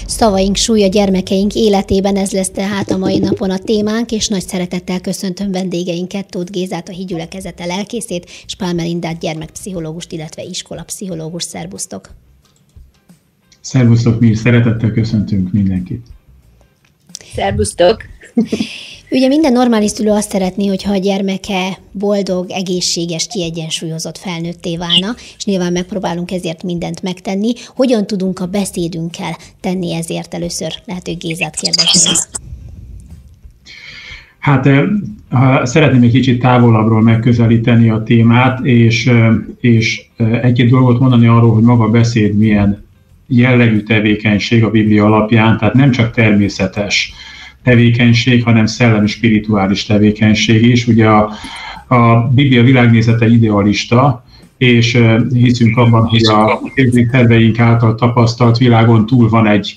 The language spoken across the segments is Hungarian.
Szavaink súlya gyermekeink életében, ez lesz tehát a mai napon a témánk, és nagy szeretettel köszöntöm vendégeinket, Tóth Gézát, a Hídgyülekezete lelkészét, és Pál Melindát, gyermekpszichológust, illetve iskolapszichológus. Szerbusztok! Szervusztok, mi is szeretettel köszöntünk mindenkit! Szerbusztok! Ugye minden normális szülő azt szeretné, hogyha a gyermeke boldog, egészséges, kiegyensúlyozott felnőtté válna, és nyilván megpróbálunk ezért mindent megtenni. Hogyan tudunk a beszédünkkel tenni ezért? Először lehet, hogy Gézát kérdezni. Hát szeretném egy kicsit távolabbról megközelíteni a témát, és egy-két dolgot mondani arról, hogy maga a beszéd milyen jellegű tevékenység a Biblia alapján, tehát nem csak természetes tevékenység, hanem szellemi, spirituális tevékenység is. Ugye a Biblia világnézete idealista, és hiszünk abban, hogy a érzékterveink által tapasztalt világon túl van egy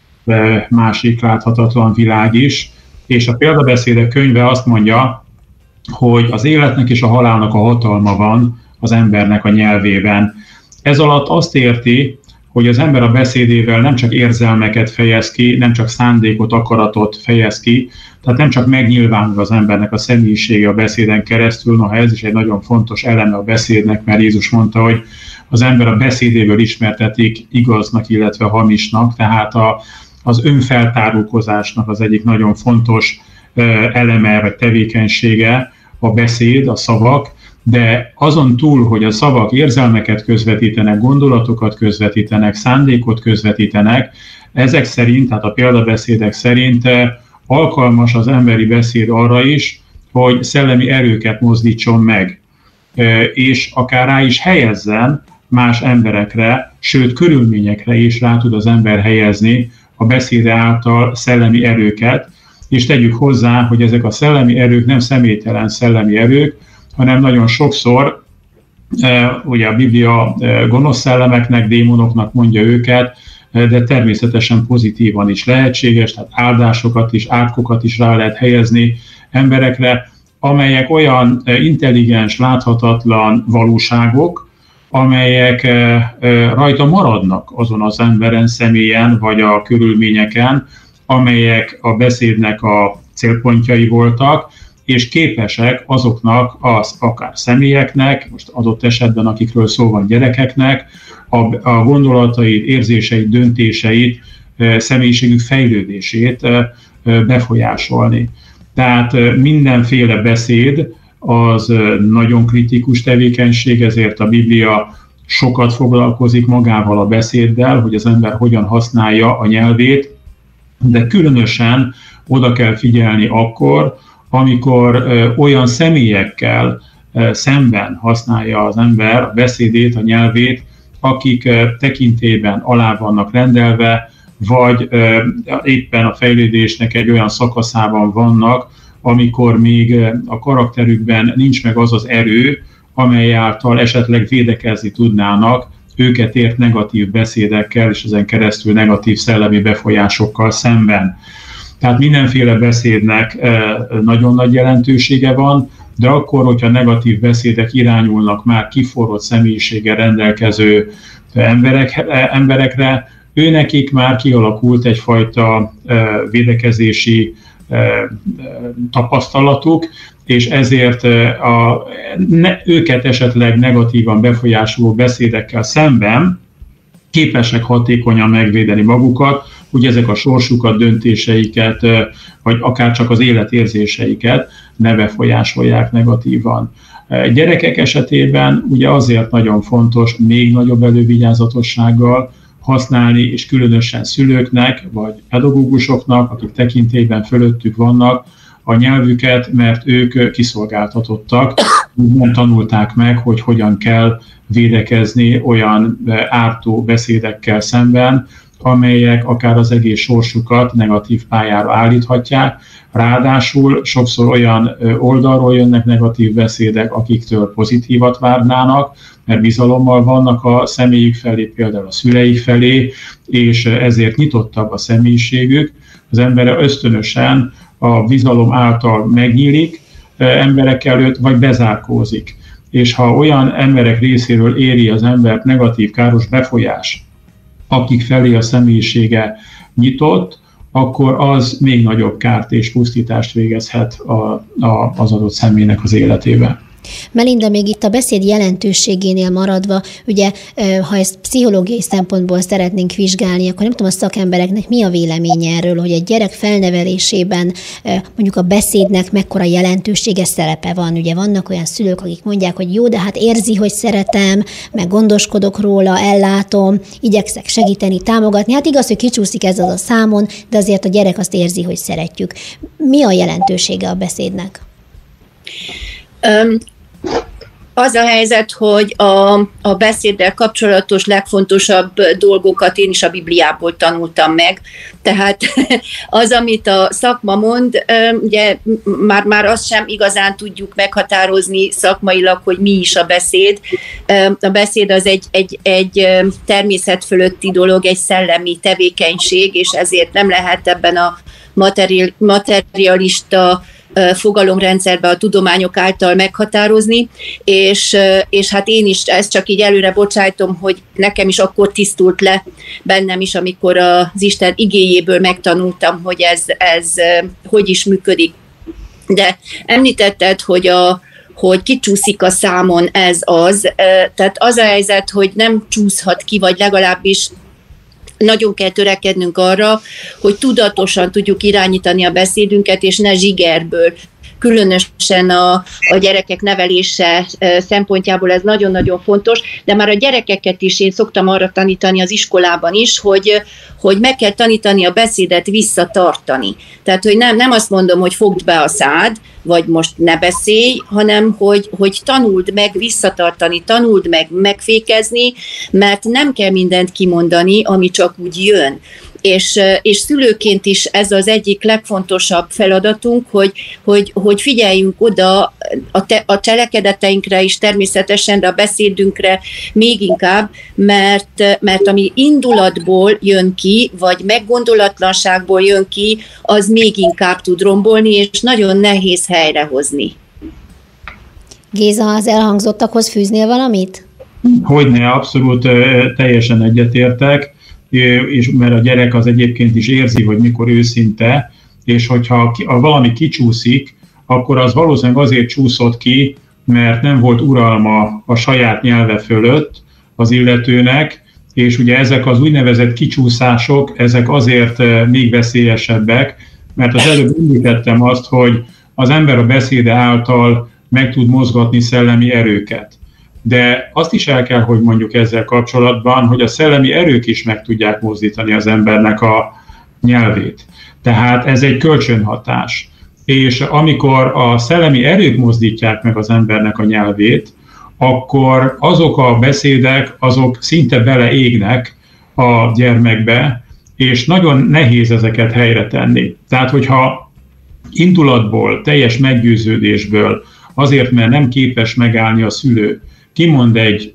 másik láthatatlan világ is, és a Példabeszédek könyve azt mondja, hogy az életnek és a halálnak a hatalma van az embernek a nyelvében. Ez alatt azt érti, hogy az ember a beszédével nem csak érzelmeket fejez ki, nem csak szándékot, akaratot fejez ki, tehát nem csak megnyilvánul az embernek a személyisége a beszéden keresztül, noha ez is egy nagyon fontos eleme a beszédnek, mert Jézus mondta, hogy az ember a beszédéből ismertetik igaznak, illetve hamisnak, tehát az önfeltárulkozásnak az egyik nagyon fontos eleme vagy tevékenysége a beszéd, a szavak, de azon túl, hogy a szavak érzelmeket közvetítenek, gondolatokat közvetítenek, szándékot közvetítenek, ezek szerint, tehát a példabeszédek szerint alkalmas az emberi beszéd arra is, hogy szellemi erőket mozdítson meg, és akár rá is helyezzen más emberekre, sőt körülményekre is rá tud az ember helyezni a beszéde által szellemi erőket, és tegyük hozzá, hogy ezek a szellemi erők nem személytelen szellemi erők, hanem nagyon sokszor, ugye a Biblia gonosz szellemeknek, démonoknak mondja őket, de természetesen pozitívan is lehetséges, tehát áldásokat is, átkokat is rá lehet helyezni emberekre, amelyek olyan intelligens, láthatatlan valóságok, amelyek rajta maradnak azon az emberen, személyen vagy a körülményeken, amelyek a beszédnek a célpontjai voltak, és képesek azoknak akár személyeknek, most adott esetben akikről szó van gyerekeknek, a gondolatait, érzéseit, döntéseit, személyiségük fejlődését befolyásolni. Tehát mindenféle beszéd az nagyon kritikus tevékenység, ezért a Biblia sokat foglalkozik magával a beszéddel, hogy az ember hogyan használja a nyelvét, de különösen oda kell figyelni akkor, amikor olyan személyekkel szemben használja az ember a beszédét, a nyelvét, akik tekintélyben alá vannak rendelve, vagy éppen a fejlődésnek egy olyan szakaszában vannak, amikor még a karakterükben nincs meg az az erő, amely által esetleg védekezni tudnának őket ért negatív beszédekkel, és ezen keresztül negatív szellemi befolyásokkal szemben. Tehát mindenféle beszédnek nagyon nagy jelentősége van, de akkor, hogyha negatív beszédek irányulnak már kiforrott személyiséggel rendelkező emberekre, őnekik már kialakult egyfajta védekezési tapasztalatuk, és ezért őket esetleg negatívan befolyásoló beszédekkel szemben képesek hatékonyan megvédeni magukat, hogy ezek a sorsukat, döntéseiket, vagy akár csak az életérzéseiket ne befolyásolják negatívan. Gyerekek esetében ugye azért nagyon fontos még nagyobb elővigyázatossággal használni, és különösen szülőknek, vagy pedagógusoknak, akik tekintélyben fölöttük vannak, a nyelvüket, mert ők kiszolgáltatottak, nem tanulták meg, hogy hogyan kell védekezni olyan ártó beszédekkel szemben, amelyek akár az egész sorsukat negatív pályára állíthatják. Ráadásul sokszor olyan oldalról jönnek negatív beszédek, akiktől pozitívat várnának, mert bizalommal vannak a személyük felé, például a szüleik felé, és ezért nyitottabb a személyiségük. Az ember ösztönösen a bizalom által megnyílik emberek előtt, vagy bezárkózik. És ha olyan emberek részéről éri az embert negatív, káros befolyás, akik felé a személyisége nyitott, akkor az még nagyobb kárt és pusztítást végezhet az adott személynek az életében. Melinda, még itt a beszéd jelentőségénél maradva, ugye, ha ezt pszichológiai szempontból szeretnénk vizsgálni, akkor nem tudom, a szakembereknek mi a véleménye erről, hogy egy gyerek felnevelésében mondjuk a beszédnek mekkora jelentősége, szerepe van. Ugye vannak olyan szülők, akik mondják, hogy jó, de hát érzi, hogy szeretem, meg gondoskodok róla, ellátom, igyekszek segíteni, támogatni. Hát igaz, hogy kicsúszik ez az a számon, de azért a gyerek azt érzi, hogy szeretjük. Mi a jelentősége a beszédnek? Az a helyzet, hogy a beszéddel kapcsolatos legfontosabb dolgokat én is a Bibliából tanultam meg. Tehát az, amit a szakma mond, ugye már azt sem igazán tudjuk meghatározni szakmailag, hogy mi is a beszéd. A beszéd az egy természet fölötti dolog, egy szellemi tevékenység, és ezért nem lehet ebben a materialista fogalomrendszerbe a tudományok által meghatározni, és hát én is ezt csak így előre bocsájtom, hogy nekem is akkor tisztult le bennem is, amikor az Isten igéjéből megtanultam, hogy ez hogy is működik. De említetted, hogy kicsúszik a számon tehát az a helyzet, hogy nem csúszhat ki, vagy legalábbis nagyon kell törekednünk arra, hogy tudatosan tudjuk irányítani a beszédünket, és ne zsigerből. Különösen a gyerekek nevelése szempontjából ez nagyon-nagyon fontos, de már a gyerekeket is én szoktam arra tanítani az iskolában is, hogy meg kell tanítani a beszédet visszatartani. Tehát, hogy nem azt mondom, hogy fogd be a szád, vagy most ne beszélj, hanem hogy tanuld meg visszatartani, tanuld meg megfékezni, mert nem kell mindent kimondani, ami csak úgy jön. És szülőként is ez az egyik legfontosabb feladatunk, hogy figyeljünk oda a cselekedeteinkre is természetesen, de a beszédünkre még inkább, mert ami indulatból jön ki, vagy meggondolatlanságból jön ki, az még inkább tud rombolni, és nagyon nehéz helyrehozni. Géza, az elhangzottakhoz fűznél valamit? Hogyne, abszolút teljesen egyetértek. És mert a gyerek az egyébként is érzi, hogy mikor őszinte, és hogyha valami kicsúszik, akkor az valószínűleg azért csúszott ki, mert nem volt uralma a saját nyelve fölött az illetőnek, és ugye ezek az úgynevezett kicsúszások, ezek azért még veszélyesebbek, mert az előbb említettem azt, hogy az ember a beszéde által meg tud mozgatni szellemi erőket. De azt is el kell, hogy mondjuk ezzel kapcsolatban, hogy a szellemi erők is meg tudják mozdítani az embernek a nyelvét. Tehát ez egy kölcsönhatás. És amikor a szellemi erők mozdítják meg az embernek a nyelvét, akkor azok a beszédek, azok szinte beleégnek a gyermekbe, és nagyon nehéz ezeket helyre tenni. Tehát, hogyha indulatból, teljes meggyőződésből, azért, mert nem képes megállni a szülő, kimond egy,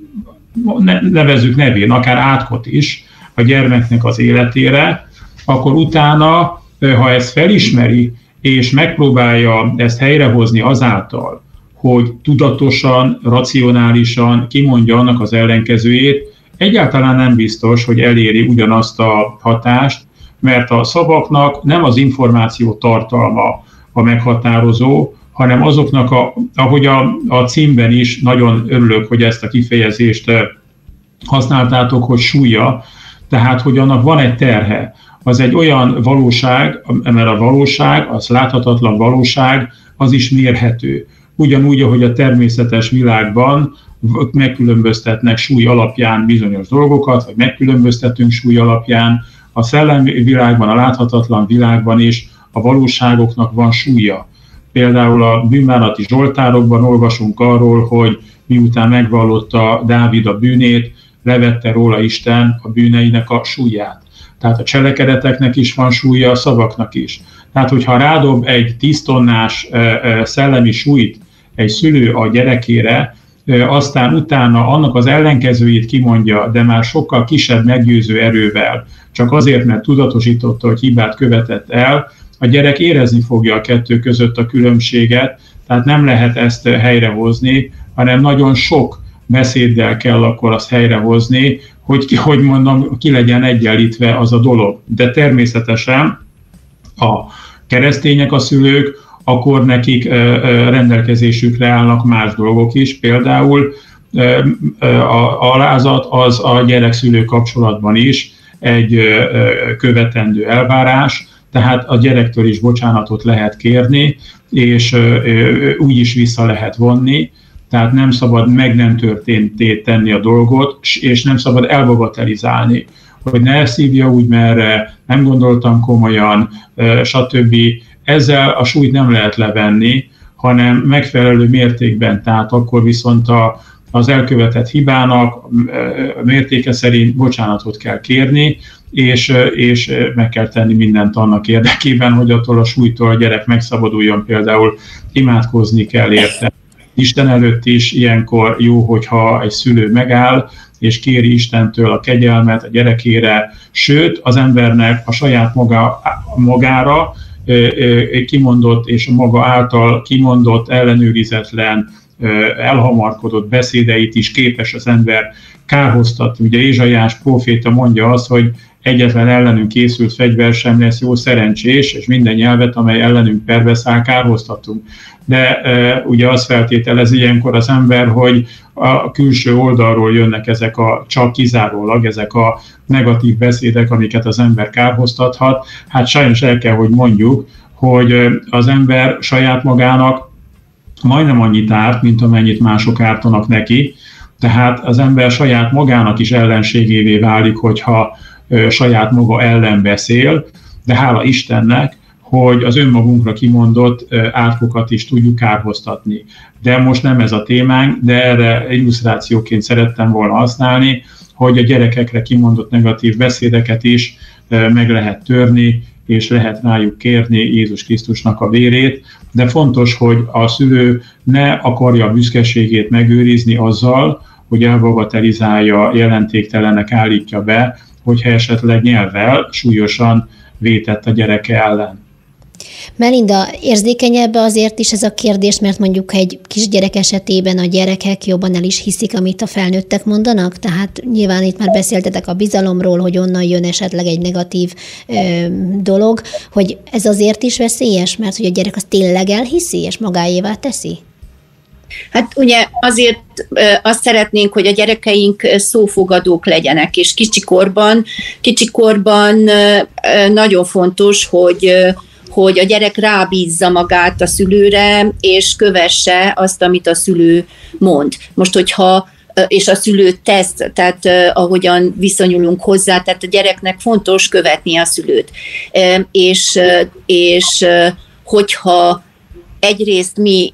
nevezzük nevén, akár átkot is a gyermeknek az életére, akkor utána, ha ezt felismeri, és megpróbálja ezt helyrehozni azáltal, hogy tudatosan, racionálisan kimondja annak az ellenkezőjét, egyáltalán nem biztos, hogy eléri ugyanazt a hatást, mert a szavaknak nem az információ tartalma a meghatározó, hanem azoknak, ahogy a címben is, nagyon örülök, hogy ezt a kifejezést használtátok, hogy súlya, tehát, hogy annak van egy terhe. Az egy olyan valóság, mert a valóság, az láthatatlan valóság, az is mérhető. Ugyanúgy, ahogy a természetes világban megkülönböztetnek súly alapján bizonyos dolgokat, vagy megkülönböztetünk súly alapján, a szellemi világban, a láthatatlan világban is a valóságoknak van súlya. Például a bűnbánati zsoltárokban olvasunk arról, hogy miután megvallotta Dávid a bűnét, levette róla Isten a bűneinek a súlyát. Tehát a cselekedeteknek is van súlya, a szavaknak is. Tehát, hogyha rádob egy 10 tonnás szellemi súlyt egy szülő a gyerekére, aztán utána annak az ellenkezőjét kimondja, de már sokkal kisebb meggyőző erővel, csak azért, mert tudatosította, hogy hibát követett el, a gyerek érezni fogja a kettő között a különbséget, tehát nem lehet ezt helyrehozni, hanem nagyon sok beszéddel kell akkor azt helyrehozni, hogy mondom, ki legyen egyenlítve az a dolog. De természetesen a keresztények, a szülők, akkor nekik rendelkezésükre állnak más dolgok is, például a alázat az a gyerek-szülő kapcsolatban is egy követendő elvárás, tehát a gyerektől is bocsánatot lehet kérni, és úgy is vissza lehet vonni, tehát nem szabad meg nem történtté tenni a dolgot, és nem szabad elbagatelizálni, hogy ne szívja úgy, mert nem gondoltam komolyan, stb. Ezzel a súlyt nem lehet levenni, hanem megfelelő mértékben, tehát akkor viszont az elkövetett hibának mértéke szerint bocsánatot kell kérni, és meg kell tenni mindent annak érdekében, hogy attól a súlytól a gyerek megszabaduljon, például imádkozni kell érte. Isten előtt is ilyenkor jó, hogyha egy szülő megáll, és kéri Istentől a kegyelmet a gyerekére, sőt, az embernek a saját magára kimondott és a maga által kimondott, ellenőrizetlen, elhamarkodott beszédeit is képes az ember kárhoztatni. Ugye Ézsaiás próféta mondja azt, hogy egyetlen ellenünk készült fegyver sem lesz jó szerencsés, és minden nyelvet, amely ellenünk perbe száll, kárhoztatunk. De ugye azt feltételezi ilyenkor az ember, hogy a külső oldalról jönnek ezek csak kizárólag ezek a negatív beszédek, amiket az ember kárhoztathat. Hát sajnos el kell, hogy mondjuk, hogy az ember saját magának majdnem annyit árt, mint amennyit mások ártanak neki. Tehát az ember saját magának is ellenségévé válik, hogyha saját maga ellen beszél, de hála Istennek, hogy az önmagunkra kimondott árkokat is tudjuk kárhoztatni. De most nem ez a témánk, de erre illusztrációként szerettem volna használni, hogy a gyerekekre kimondott negatív beszédeket is meg lehet törni, és lehet rájuk kérni Jézus Krisztusnak a vérét, de fontos, hogy a szülő ne akarja a büszkeségét megőrizni azzal, hogy elbagatelizálja, jelentéktelenek állítja be, hogyha esetleg nyelvvel súlyosan vétett a gyereke ellen. Melinda, érzékenyebb azért is ez a kérdés, mert mondjuk egy kisgyerek esetében a gyerekek jobban el is hiszik, amit a felnőttek mondanak? Tehát nyilván itt már beszéltetek a bizalomról, hogy onnan jön esetleg egy negatív dolog, hogy ez azért is veszélyes, mert hogy a gyerek azt tényleg elhiszi és magáévá teszi? Hát ugye azért azt szeretnénk, hogy a gyerekeink szófogadók legyenek, és kicsikorban nagyon fontos, hogy a gyerek rábízza magát a szülőre, és kövesse azt, amit a szülő mond. Most, hogyha és a szülő tesz, tehát ahogyan viszonyulunk hozzá, tehát a gyereknek fontos követni a szülőt. És hogyha egyrészt mi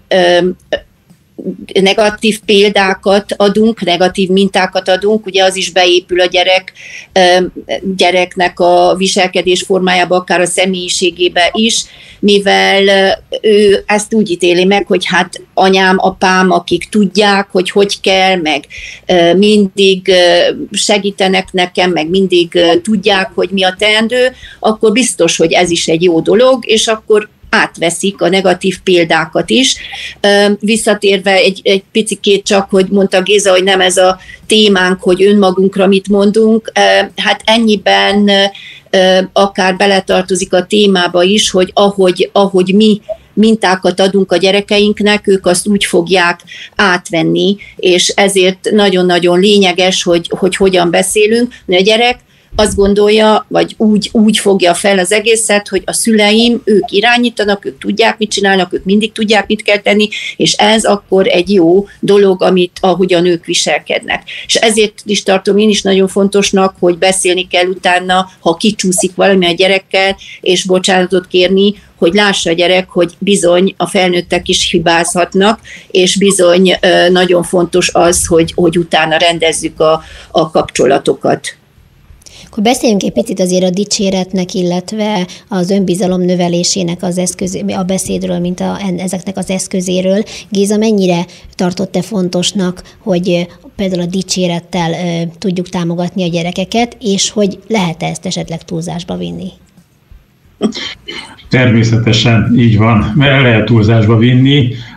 negatív példákat adunk, negatív mintákat adunk, ugye az is beépül a gyereknek a viselkedés formájába, akár a személyiségébe is, mivel ő ezt úgy ítéli meg, hogy hát anyám, apám, akik tudják, hogy kell, meg mindig segítenek nekem, meg mindig tudják, hogy mi a teendő, akkor biztos, hogy ez is egy jó dolog, és akkor átveszik a negatív példákat is. Visszatérve egy picikét csak, hogy mondta Géza, hogy nem ez a témánk, hogy önmagunkra mit mondunk, hát ennyiben akár beletartozik a témába is, hogy ahogy mi mintákat adunk a gyerekeinknek, ők azt úgy fogják átvenni, és ezért nagyon-nagyon lényeges, hogy hogyan beszélünk. A gyerek azt gondolja, vagy úgy fogja fel az egészet, hogy a szüleim, ők irányítanak, ők tudják, mit csinálnak, ők mindig tudják, mit kell tenni, és ez akkor egy jó dolog, ahogyan ők viselkednek. És ezért is tartom én is nagyon fontosnak, hogy beszélni kell utána, ha kicsúszik valami a gyerekkel, és bocsánatot kérni, hogy lássa a gyerek, hogy bizony a felnőttek is hibázhatnak, és bizony nagyon fontos az, hogy utána rendezzük a kapcsolatokat. Akkor beszéljünk egy picit azért a dicséretnek, illetve az önbizalom növelésének a beszédről, mint ezeknek az eszközéről. Géza, mennyire tartott-e fontosnak, hogy például a dicsérettel tudjuk támogatni a gyerekeket, és hogy lehet-e ezt esetleg túlzásba vinni? Természetesen így van, mert lehet túlzásba vinni.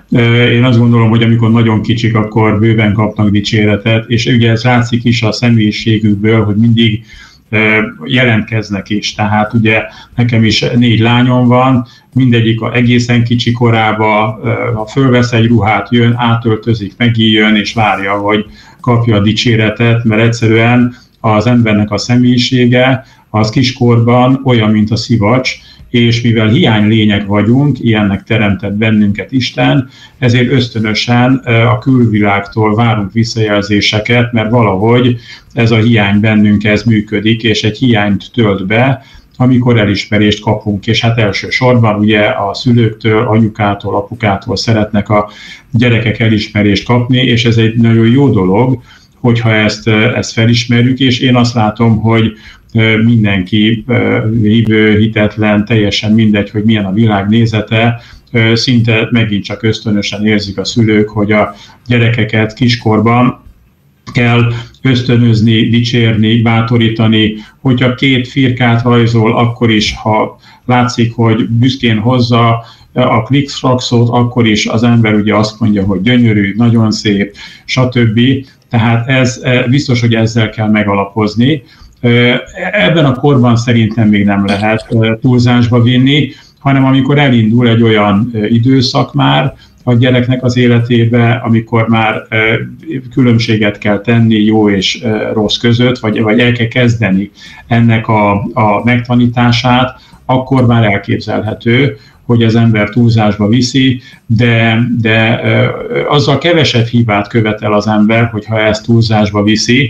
Én azt gondolom, hogy amikor nagyon kicsik, akkor bőven kapnak dicséretet, és ugye ez látszik is a személyiségükből, hogy mindig jelentkeznek is. Tehát ugye nekem is 4 lányom van, mindegyik egészen kicsi korába, ha fölvesz egy ruhát, jön, átöltözik, megijön, és várja, hogy kapja a dicséretet, mert egyszerűen az embernek a személyisége az kiskorban olyan, mint a szivacs, és mivel hiánylények vagyunk, ilyennek teremtett bennünket Isten, ezért ösztönösen a külvilágtól várunk visszajelzéseket, mert valahogy ez a hiány bennünk ez működik, és egy hiányt tölt be, amikor elismerést kapunk, és hát elsősorban ugye a szülőktől, anyukától, apukától szeretnek a gyerekek elismerést kapni, és ez egy nagyon jó dolog, hogyha ezt felismerjük, és én azt látom, hogy mindenki hívő, hitetlen, teljesen mindegy, hogy milyen a világnézete, szinte megint csak ösztönösen érzik a szülők, hogy a gyerekeket kiskorban kell ösztönözni, dicsérni, bátorítani, hogyha 2 firkát rajzol, akkor is, ha látszik, hogy büszkén hozza a klikfrakszót, akkor is az ember ugye azt mondja, hogy gyönyörű, nagyon szép, stb. Tehát ez biztos, hogy ezzel kell megalapozni. Ebben a korban szerintem még nem lehet túlzásba vinni, hanem amikor elindul egy olyan időszak már a gyereknek az életébe, amikor már különbséget kell tenni jó és rossz között, vagy el kell kezdeni ennek a megtanítását, akkor már elképzelhető, hogy az ember túlzásba viszi, de azzal kevesebb hibát követel az ember, hogyha ezt túlzásba viszi.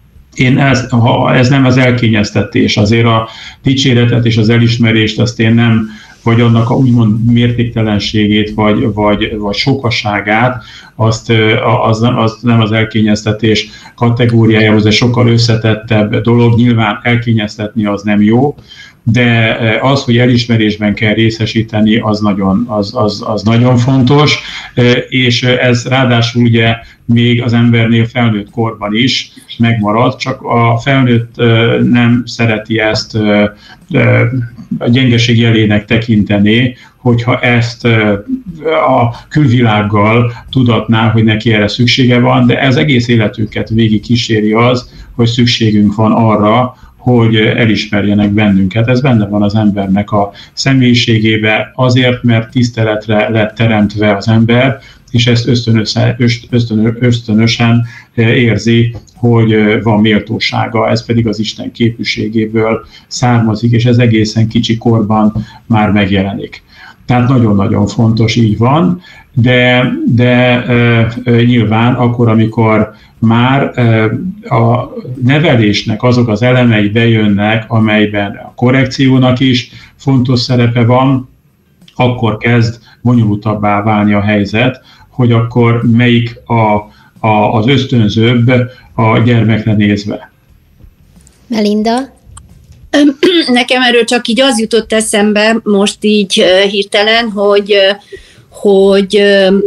Ez nem az elkényeztetés, azért a dicséretet és az elismerést azt én nem, vagy annak a úgymond mértéktelenségét, vagy sokasságát, az nem az elkényeztetés kategóriájához, egy sokkal összetettebb dolog, nyilván elkényeztetni az nem jó, de az, hogy elismerésben kell részesíteni, az nagyon fontos, és ez ráadásul ugye még az embernél felnőtt korban is megmarad, csak a felnőtt nem szereti ezt a gyengeség jelének tekinteni, hogyha ezt a külvilággal tudatná, hogy neki erre szüksége van, de ez egész életünket végig kíséri az, hogy szükségünk van arra, hogy elismerjenek bennünket. Ez benne van az embernek a személyiségébe, azért, mert tiszteletre lett teremtve az ember, és ezt ösztönösen érzi, hogy van méltósága, ez pedig az Isten képviségéből származik, és ez egészen kicsi korban már megjelenik. Tehát nagyon-nagyon fontos, így van, de nyilván akkor, amikor már a nevelésnek azok az elemei bejönnek, amelyben a korrekciónak is fontos szerepe van, akkor kezd bonyolultabbá válni a helyzet, hogy akkor melyik az ösztönzőbb a gyermekre nézve. Melinda? Nekem erről csak így az jutott eszembe most így hirtelen, hogy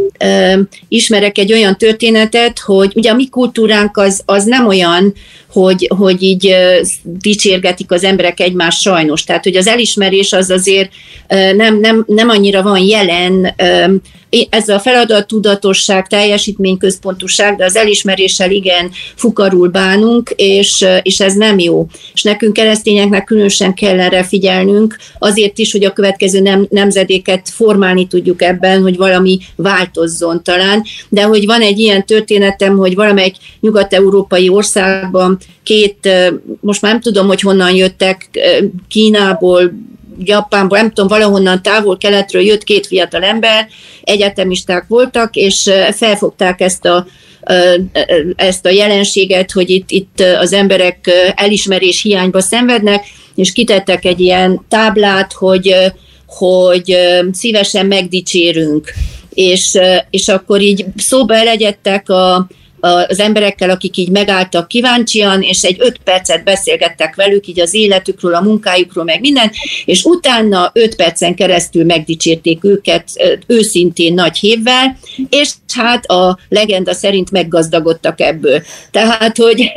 ismerek egy olyan történetet, hogy ugye a mi kultúránk az nem olyan, hogy így dicsérgetik az emberek egymást sajnos. Tehát, hogy az elismerés az azért nem annyira van jelen, ez a feladattudatosság, teljesítményközpontúság, de az elismeréssel igen fukarul bánunk, és ez nem jó. És nekünk keresztényeknek különösen kell erre figyelnünk, azért is, hogy a következő nemzedéket formálni tudjuk ebben, hogy valami változzon talán. De hogy van egy ilyen történetem, hogy valamelyik nyugat-európai országban 2, most már nem tudom, hogy honnan jöttek, Kínából, Japánból, nem tudom, valahonnan távol-keletről jött 2 fiatal ember, egyetemisták voltak, és felfogták ezt a jelenséget, hogy itt az emberek elismerés hiányba szenvednek, és kitettek egy ilyen táblát, hogy szívesen megdicsérünk. És akkor így szóba elegyedtek az emberekkel, akik így megálltak kíváncsian, és egy 5 percet beszélgettek velük így az életükről, a munkájukról, meg minden, és utána 5 percen keresztül megdicsérték őket őszintén nagy hévvel, és hát a legenda szerint meggazdagodtak ebből. Tehát,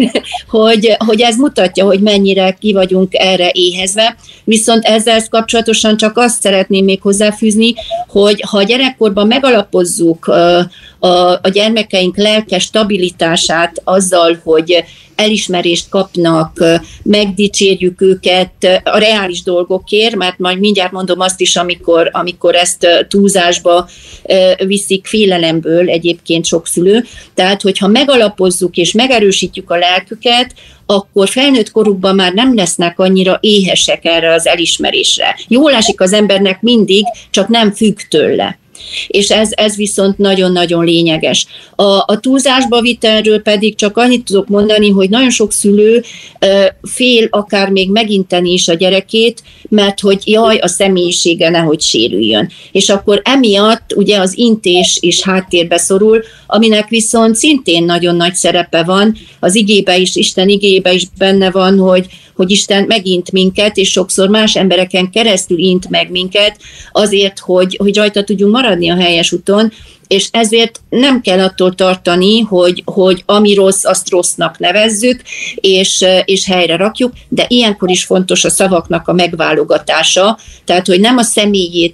hogy ez mutatja, hogy mennyire ki vagyunk erre éhezve, viszont ezzel kapcsolatosan csak azt szeretném még hozzáfűzni, hogy ha gyerekkorban megalapozzuk a gyermekeink lelkes stabilitását azzal, hogy elismerést kapnak, megdicsérjük őket a reális dolgokért, mert majd mindjárt mondom azt is, amikor ezt túlzásba viszik félelemből egyébként sok szülő. Tehát, hogyha megalapozzuk és megerősítjük a lelküket, akkor felnőtt korukban már nem lesznek annyira éhesek erre az elismerésre. Jól esik az embernek mindig, csak nem függ tőle. És ez viszont nagyon-nagyon lényeges. A túlzásba vitelről pedig csak annyit tudok mondani, hogy nagyon sok szülő fél akár még meginteni is a gyerekét, mert hogy jaj, a személyisége nehogy sérüljön. És akkor emiatt ugye az intés is háttérbe szorul, aminek viszont szintén nagyon nagy szerepe van. Az igébe is, Isten igébe is benne van, hogy Isten megint minket, és sokszor más embereken keresztül int meg minket azért, hogy rajta tudjunk maradni a helyes úton, és ezért nem kell attól tartani, hogy ami rossz, azt rossznak nevezzük, és helyre rakjuk, de ilyenkor is fontos a szavaknak a megválogatása, tehát hogy nem a személyét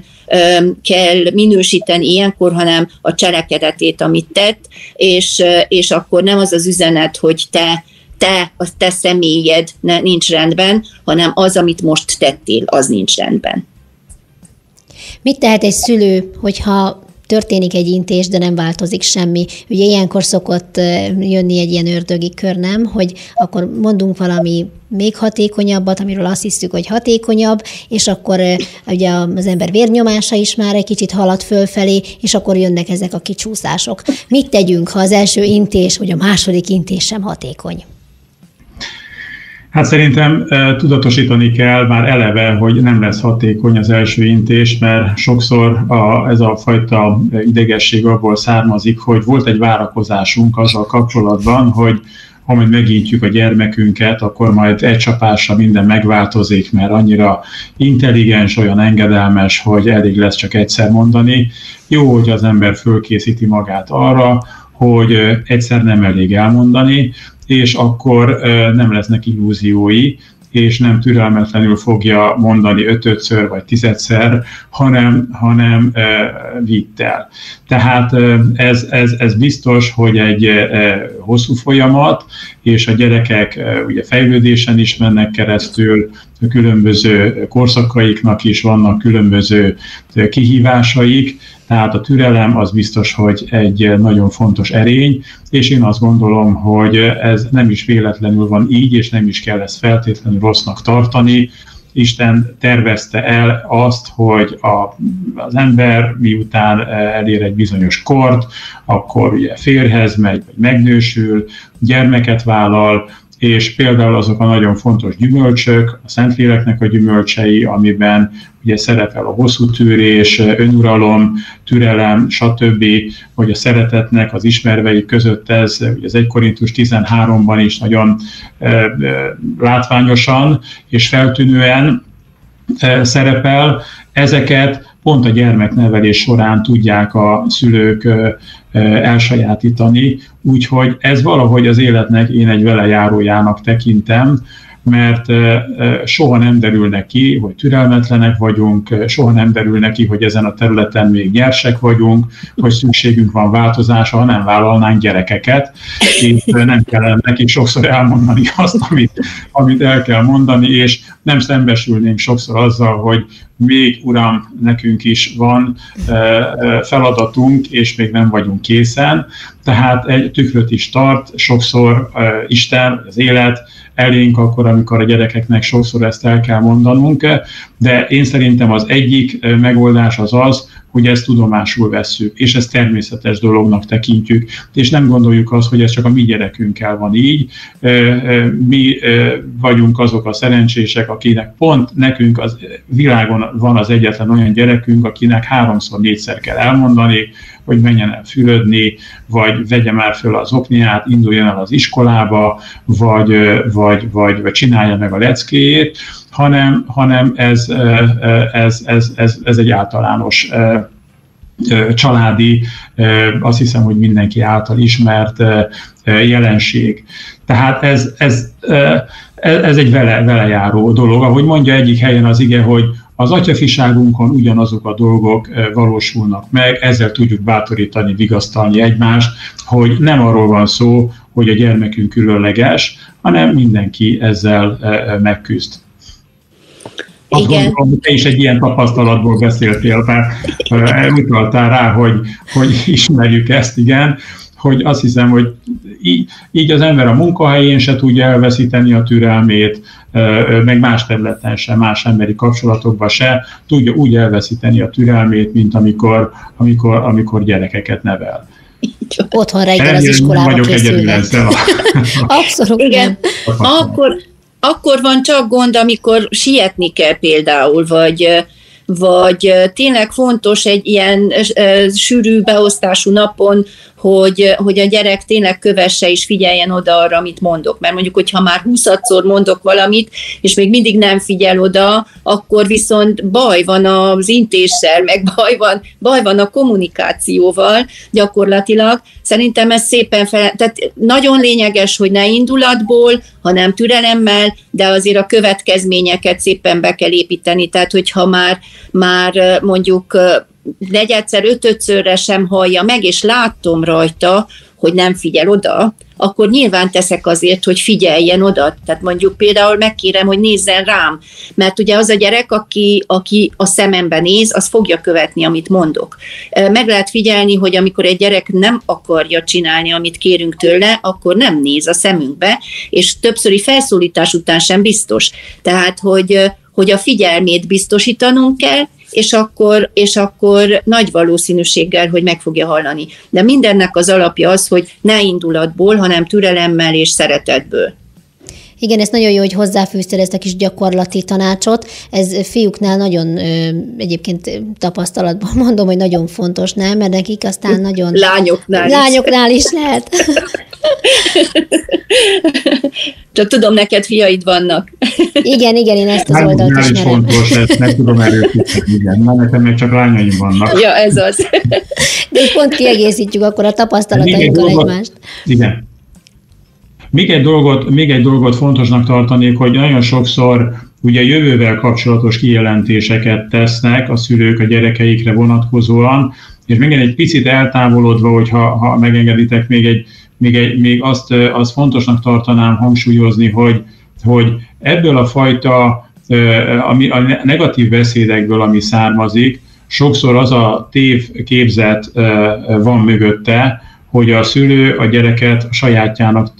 kell minősíteni ilyenkor, hanem a cselekedetét, amit tett, és akkor nem az az üzenet, hogy a te személyed nincs rendben, hanem az, amit most tettél, az nincs rendben. Mit tehet egy szülő, hogyha történik egy intés, de nem változik semmi? Ugye ilyenkor szokott jönni egy ilyen ördögi kör, nem? Hogy akkor mondunk valami még hatékonyabbat, amiről azt hiszük, hogy hatékonyabb, és akkor ugye az ember vérnyomása is már egy kicsit halad fölfelé, és akkor jönnek ezek a kicsúszások. Mit tegyünk, ha az első intés, vagy a második intés sem hatékony? Hát szerintem tudatosítani kell már eleve, hogy nem lesz hatékony az első intés, mert sokszor ez a fajta idegesség abból származik, hogy volt egy várakozásunk azzal kapcsolatban, hogy ha majd megintjük a gyermekünket, akkor majd egy csapásra minden megváltozik, mert annyira intelligens, olyan engedelmes, hogy elég lesz csak egyszer mondani. Jó, hogy az ember fölkészíti magát arra, hogy egyszer nem elég elmondani, és akkor nem lesznek illúziói, és nem türelmetlenül fogja mondani 5-ször vagy 10-szer, hanem vittel. Tehát ez biztos, hogy egy hosszú folyamat, és a gyerekek ugye fejlődésen is mennek keresztül, a különböző korszakaiknak is vannak különböző kihívásaik, tehát a türelem az biztos, hogy egy nagyon fontos erény, és én azt gondolom, hogy ez nem is véletlenül van így, és nem is kell ezt feltétlenül rossznak tartani. Isten tervezte el azt, hogy az ember miután elér egy bizonyos kort, akkor ugye férjhez megy, vagy megnősül, gyermeket vállal, és például azok a nagyon fontos gyümölcsök, a Szentléleknek a gyümölcsei, amiben ugye szerepel a hosszú tűrés, önuralom, türelem, stb., hogy a szeretetnek az ismervei között ez, ugye az 1 Korintus 13-ban is nagyon látványosan és feltűnően szerepel. Ezeket pont a gyermeknevelés során tudják a szülők elsajátítani, úgyhogy ez valahogy az életnek én egy velejárójának tekintem, mert soha nem derül neki, hogy türelmetlenek vagyunk, soha nem derül neki, hogy ezen a területen még nyersek vagyunk, hogy szükségünk van változásra, ha nem vállalnánk gyerekeket, és nem kellene neki sokszor elmondani azt, amit el kell mondani, és nem szembesülnénk sokszor azzal, hogy még Uram, nekünk is van feladatunk, és még nem vagyunk készen. Tehát egy tükröt is tart sokszor Isten, az élet elénk akkor, amikor a gyerekeknek sokszor ezt el kell mondanunk, de én szerintem az egyik megoldás az, hogy ezt tudomásul vesszük, és ezt természetes dolognak tekintjük, és nem gondoljuk azt, hogy ez csak a mi gyerekünkkel van így. Mi vagyunk azok a szerencsések, akinek pont nekünk az világon van az egyetlen olyan gyerekünk, akinek 3-4-szer kell elmondani, hogy menjen el fürödni, vagy vegye már föl az okniát, induljon el az iskolába, vagy csinálja meg a leckéjét, hanem ez egy általános családi, azt hiszem, hogy mindenki által ismert jelenség. Tehát ez egy vele járó dolog. Ahogy mondja egyik helyen az ige, hogy az atyafiságunkon ugyanazok a dolgok valósulnak meg, ezzel tudjuk bátorítani, vigasztalni egymást, hogy nem arról van szó, hogy a gyermekünk különleges, hanem mindenki ezzel megküzd. Azt gondolom, hogy te is egy ilyen tapasztalatból beszéltél, mert utaltál rá, hogy ismerjük ezt, igen, hogy azt hiszem, hogy így az ember a munkahelyén se tudja elveszíteni a türelmét, meg más területen se, más emberi kapcsolatokban se tudja úgy elveszíteni a türelmét, mint amikor gyerekeket nevel. Otthon reggel az iskolába készülve. Abszolút igen. Akkor van csak gond, amikor sietni kell például, vagy tényleg fontos egy ilyen sűrű beosztású napon, hogy a gyerek tényleg kövesse és figyeljen oda arra, amit mondok. Mert mondjuk, hogyha már 20-szor mondok valamit, és még mindig nem figyel oda, akkor viszont baj van az intéssel, meg baj van a kommunikációval gyakorlatilag. Szerintem ez szépen tehát nagyon lényeges, hogy ne indulatból, hanem türelemmel, de azért a következményeket szépen be kell építeni. Tehát, hogyha már mondjuk 4-szer, 5-szörre sem hallja meg, és látom rajta, hogy nem figyel oda, akkor nyilván teszek azért, hogy figyeljen oda. Tehát mondjuk például megkérem, hogy nézzen rám, mert ugye az a gyerek, aki a szemembe néz, az fogja követni, amit mondok. Meg lehet figyelni, hogy amikor egy gyerek nem akarja csinálni, amit kérünk tőle, akkor nem néz a szemünkbe, és többszöri felszólítás után sem biztos. Tehát, hogy a figyelmét biztosítanunk kell, és akkor nagy valószínűséggel, hogy meg fogja hallani. De mindennek az alapja az, hogy ne indulatból, hanem türelemmel és szeretetből. Igen, ez nagyon jó, hogy hozzáfűztél ezt a kis gyakorlati tanácsot. Ez fiúknál nagyon egyébként tapasztalatban mondom, hogy nagyon fontos, nem? Mert nekik aztán nagyon... Lányoknál is lehet. Csak tudom, neked fiaid vannak. Igen, én ezt az oldalt ismerem. Ez fontos, ezt meg tudom erősíteni, igen. Mert nekem még csak lányaim vannak. Ja, ez az. De így pont kiegészítjük akkor a tapasztalatainkkal egymást. Igen. Még egy dolgot fontosnak tartanék, hogy nagyon sokszor ugye jövővel kapcsolatos kijelentéseket tesznek a szülők a gyerekeikre vonatkozóan, és még egy picit eltávolodva, hogyha megengeditek, még azt fontosnak tartanám hangsúlyozni, hogy ebből a fajta a negatív beszédekből, ami származik, sokszor az a tévképzet van mögötte, hogy a szülő a gyereket sajátjának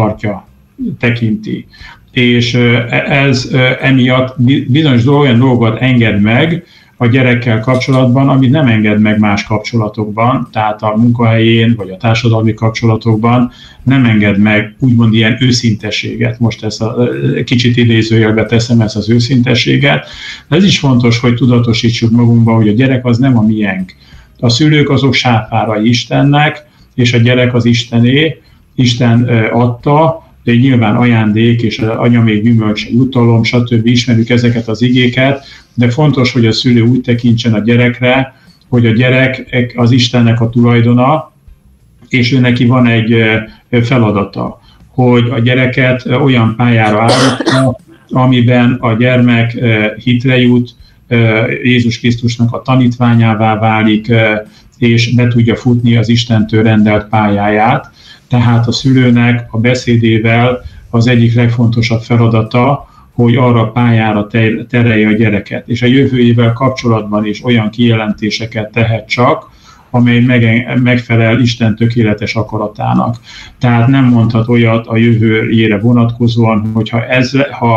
tekinti. És ez emiatt bizonyos olyan dolgokat enged meg a gyerekkel kapcsolatban, amit nem enged meg más kapcsolatokban, tehát a munkahelyén vagy a társadalmi kapcsolatokban nem enged meg úgymond ilyen őszinteséget. Most ezt a kicsit idézőjelbe teszem, ezt az őszinteséget. De ez is fontos, hogy tudatosítsuk magunkba, hogy a gyerek az nem a miénk. A szülők azok sáfárai Istennek, és a gyerek az Istené, Isten adta, de nyilván ajándék, és anya még gyümölcs, jutalom, stb. Ismerjük ezeket az igéket, de fontos, hogy a szülő úgy tekintsen a gyerekre, hogy a gyerek az Istennek a tulajdona, és ő neki van egy feladata, hogy a gyereket olyan pályára állítja, amiben a gyermek hitre jut, Jézus Krisztusnak a tanítványává válik, és be tudja futni az Istentől rendelt pályáját. Tehát a szülőnek a beszédével az egyik legfontosabb feladata, hogy arra a pályára terelje a gyereket. És a jövőjével kapcsolatban is olyan kijelentéseket tehet csak, amely megfelel Isten tökéletes akaratának. Tehát nem mondhat olyat a jövőjére vonatkozóan, hogyha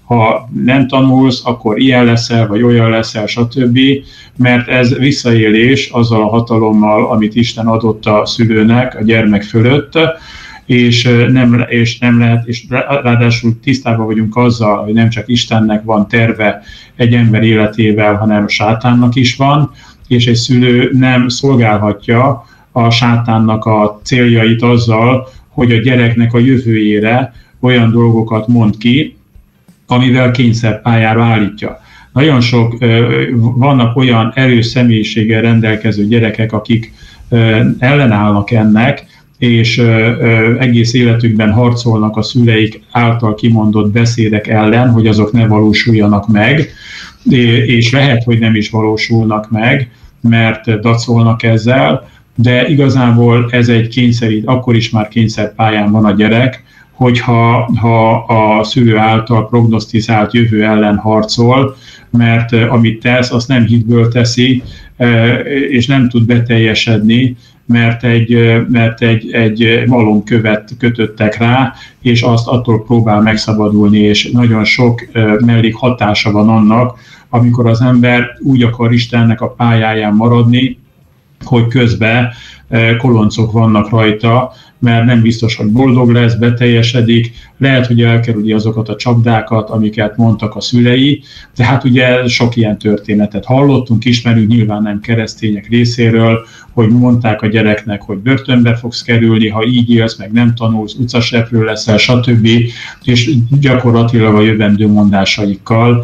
ha nem tanulsz, akkor ilyen leszel, vagy olyan leszel, stb., mert ez visszaélés azzal a hatalommal, amit Isten adott a szülőnek a gyermek fölött, és nem lehet, és ráadásul tisztában vagyunk azzal, hogy nem csak Istennek van terve egy ember életével, hanem a sátánnak is van, és egy szülő nem szolgálhatja a sátánnak a céljait azzal, hogy a gyereknek a jövőjére olyan dolgokat mond ki, amivel kényszerpályára állítja. Nagyon sok vannak olyan erős személyiséggel rendelkező gyerekek, akik ellenállnak ennek, és egész életükben harcolnak a szüleik által kimondott beszédek ellen, hogy azok ne valósuljanak meg, és lehet, hogy nem is valósulnak meg, mert dacolnak ezzel, de igazából ez egy kényszerít, akkor is már kényszerpályán van a gyerek, hogyha a szülő által prognosztizált jövő ellen harcol, mert amit tesz, azt nem hitből teszi, és nem tud beteljesedni, mert egy malomkövet kötöttek rá, és attól próbál megszabadulni, és nagyon sok mellékhatása van annak, amikor az ember úgy akar Istennek a pályáján maradni, hogy közben koloncok vannak rajta, mert nem biztos, hogy boldog lesz, beteljesedik, lehet, hogy elkerüli azokat a csapdákat, amiket mondtak a szülei, de hát ugye sok ilyen történetet hallottunk, ismerünk nyilván nem keresztények részéről, hogy mondták a gyereknek, hogy börtönbe fogsz kerülni, ha így élsz, meg nem tanulsz, utcaseprő leszel, stb. És gyakorlatilag a jövendő mondásaikkal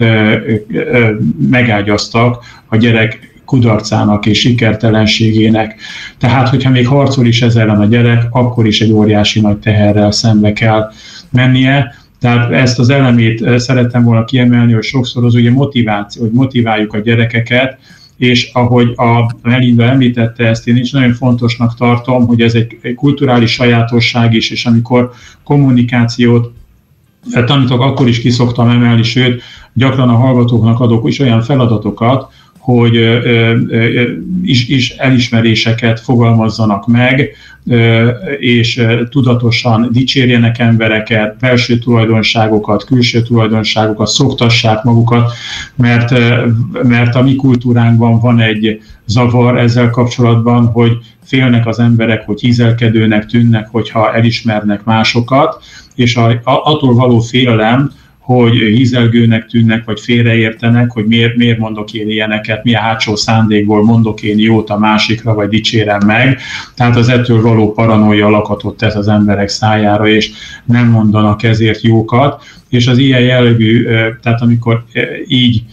megágyaztak a gyerek kudarcának és sikertelenségének. Tehát, hogyha még harcol is ezzel ellen a gyerek, akkor is egy óriási nagy teherrel szembe kell mennie. Tehát ezt az elemét szerettem volna kiemelni, hogy sokszor az ugye motiváció, hogy motiváljuk a gyerekeket, és ahogy a Melinda említette ezt, én is nagyon fontosnak tartom, hogy ez egy kulturális sajátosság is, és amikor kommunikációt tanítok, akkor is kiszoktam emelni, sőt, gyakran a hallgatóknak adok is olyan feladatokat, hogy is elismeréseket fogalmazzanak meg, és tudatosan dicsérjenek embereket, belső tulajdonságokat, külső tulajdonságokat, szoktassák magukat, mert a mi kultúránkban van egy zavar ezzel kapcsolatban, hogy félnek az emberek, hogy hízelkedőnek tűnnek, hogyha elismernek másokat, és attól való félelem, hogy hízelgőnek tűnnek, vagy félreértenek, hogy miért mondok én ilyeneket, milyen hátsó szándékból mondok én jót a másikra, vagy dicsérem meg. Tehát az ettől való paranoia lakatot tesz az emberek szájára, és nem mondanak ezért jókat. És az ilyen jellegű, tehát amikor így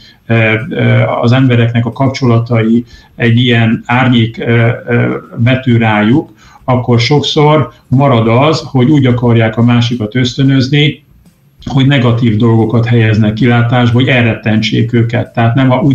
az embereknek a kapcsolatai egy ilyen árnyék vetül rájuk, akkor sokszor marad az, hogy úgy akarják a másikat ösztönözni, hogy negatív dolgokat helyeznek kilátásba, hogy elrettentsék őket. Tehát